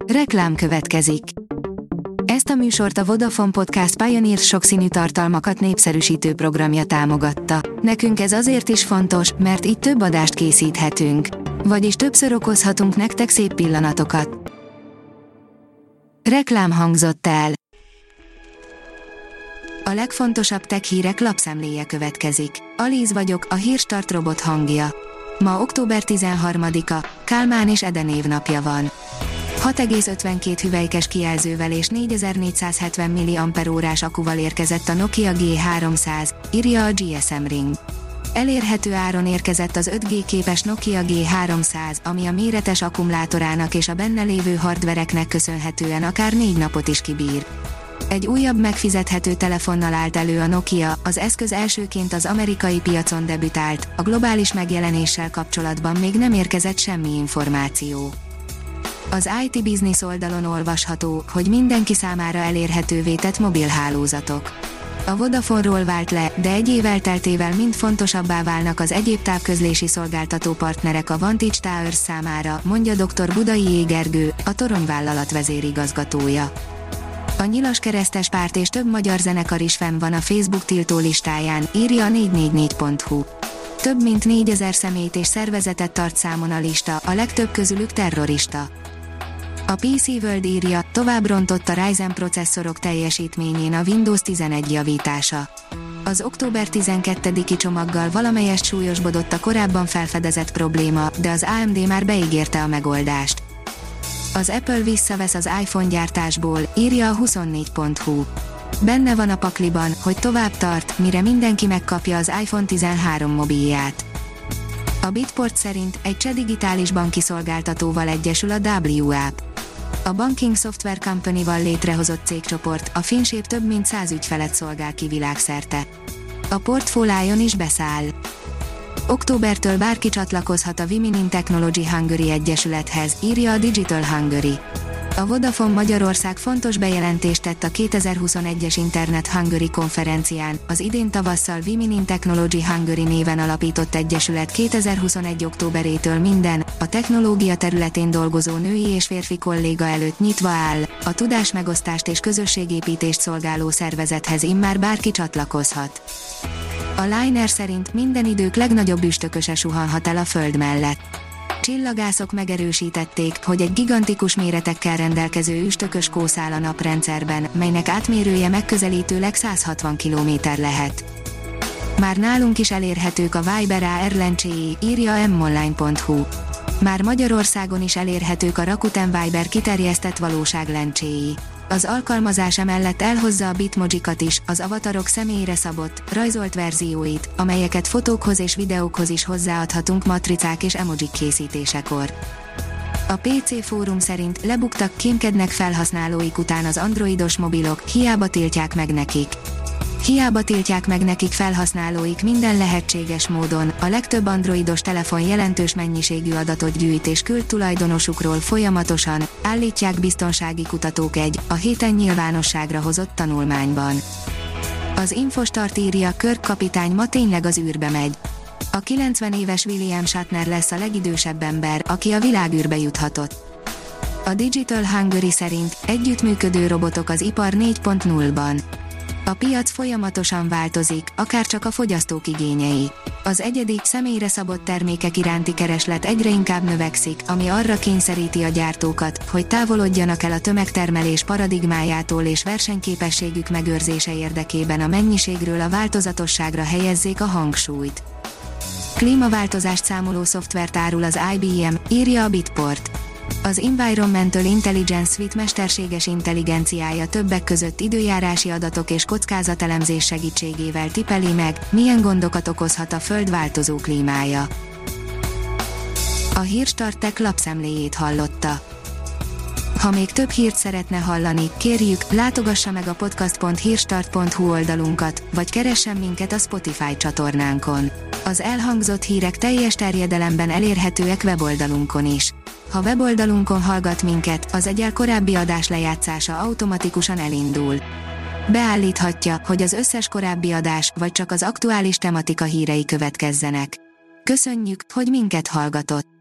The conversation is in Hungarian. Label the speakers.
Speaker 1: Reklám következik. Ezt a műsort a Vodafone Podcast Pioneer sokszínű tartalmakat népszerűsítő programja támogatta. Nekünk ez azért is fontos, mert így több adást készíthetünk. Vagyis többször okozhatunk nektek szép pillanatokat. Reklám hangzott el. A legfontosabb tech hírek lapszemléje következik. Alíz vagyok, a Hírstart robot hangja. Ma október 13-a, Kálmán és Ede névnapja van. 6,52 hüvelykes kijelzővel és 4470 mAh akkuval érkezett a Nokia G300, írja a GSM Ring. Elérhető áron érkezett az 5G képes Nokia G300, ami a méretes akkumulátorának és a benne lévő hardvereknek köszönhetően akár 4 napot is kibír. Egy újabb megfizethető telefonnal állt elő a Nokia, az eszköz elsőként az amerikai piacon debütált, a globális megjelenéssel kapcsolatban még nem érkezett semmi információ. Az IT Business oldalon olvasható, hogy mindenki számára elérhetővé tett mobilhálózatok. A Vodafone-ról vált le, de egy év elteltével mind fontosabbá válnak az egyéb távközlési szolgáltató partnerek a Vantage Towers számára, mondja dr. Budai J. Gergő, a Toronyvállalat vezérigazgatója. A Nyilas Keresztes Párt és több magyar zenekar is fenn van a Facebook tiltó listáján, írja a 444.hu. Több mint 4000 személyt és szervezetet tart számon a lista, a legtöbb közülük terrorista. A PC World írja, tovább rontott a Ryzen processzorok teljesítményén a Windows 11 javítása. Az október 12-i csomaggal valamelyest súlyosbodott a korábban felfedezett probléma, de az AMD már beígérte a megoldást. Az Apple visszavesz az iPhone gyártásból, írja a 24.hu. Benne van a pakliban, hogy tovább tart, mire mindenki megkapja az iPhone 13 mobilját. A Bitport szerint egy cseh digitális banki szolgáltatóval egyesül a WAP. A Banking Software Company-val létrehozott cégcsoport, a Finship több mint 100 ügyfelet szolgál ki világszerte. A Portfolio-n is beszáll. Októbertől bárki csatlakozhat a Women in Technology Hungary egyesülethez, írja a Digital Hungary. A Vodafone Magyarország fontos bejelentést tett a 2021-es Internet Hungary konferencián, az idén tavasszal Women in Technology Hungary néven alapított egyesület 2021. októberétől minden, a technológia területén dolgozó női és férfi kolléga előtt nyitva áll, a tudásmegosztást és közösségépítést szolgáló szervezethez immár bárki csatlakozhat. A Liner szerint minden idők legnagyobb üstököse suhanhat el a Föld mellett. Csillagászok megerősítették, hogy egy gigantikus méretekkel rendelkező üstökös kószál a naprendszerben, melynek átmérője megközelítőleg 160 km lehet. Már nálunk is elérhetők a Viber AR lencséi, írja a monline.hu. Már Magyarországon is elérhetők a Rakuten Viber kiterjesztett valóság lencséi. Az alkalmazás emellett elhozza a bitmojikat is, az avatarok személyre szabott, rajzolt verzióit, amelyeket fotókhoz és videókhoz is hozzáadhatunk matricák és emojik készítésekor. A PC Fórum szerint lebuktak, kémkednek felhasználóik után az androidos mobilok, hiába tiltják meg nekik. Hiába tiltják meg nekik felhasználóik minden lehetséges módon, a legtöbb androidos telefon jelentős mennyiségű adatot gyűjt és küld tulajdonosukról folyamatosan, állítják biztonsági kutatók a héten nyilvánosságra hozott tanulmányban. Az Infostart írja, Kirk kapitány ma tényleg az űrbe megy. A 90 éves William Shatner lesz a legidősebb ember, aki a világűrbe juthatott. A Digital Hungary szerint együttműködő robotok az ipar 4.0-ban. A piac folyamatosan változik, akárcsak a fogyasztók igényei. Az egyedi, személyre szabott termékek iránti kereslet egyre inkább növekszik, ami arra kényszeríti a gyártókat, hogy távolodjanak el a tömegtermelés paradigmájától és versenyképességük megőrzése érdekében a mennyiségről a változatosságra helyezzék a hangsúlyt. Klímaváltozást számoló szoftvert árul az IBM, írja a Bitport. Az Environmental Intelligence Suite mesterséges intelligenciája többek között időjárási adatok és kockázatelemzés segítségével tipeli meg, milyen gondokat okozhat a Föld változó klímája. A Hírstart Tech lapszemléjét hallotta. Ha még több hírt szeretne hallani, kérjük, látogassa meg a podcast.hírstart.hu oldalunkat, vagy keressen minket a Spotify csatornánkon. Az elhangzott hírek teljes terjedelemben elérhetőek weboldalunkon is. Ha weboldalunkon hallgat minket, az egyel korábbi adás lejátszása automatikusan elindul. Beállíthatja, hogy az összes korábbi adás, vagy csak az aktuális tematika hírei következzenek. Köszönjük, hogy minket hallgatott!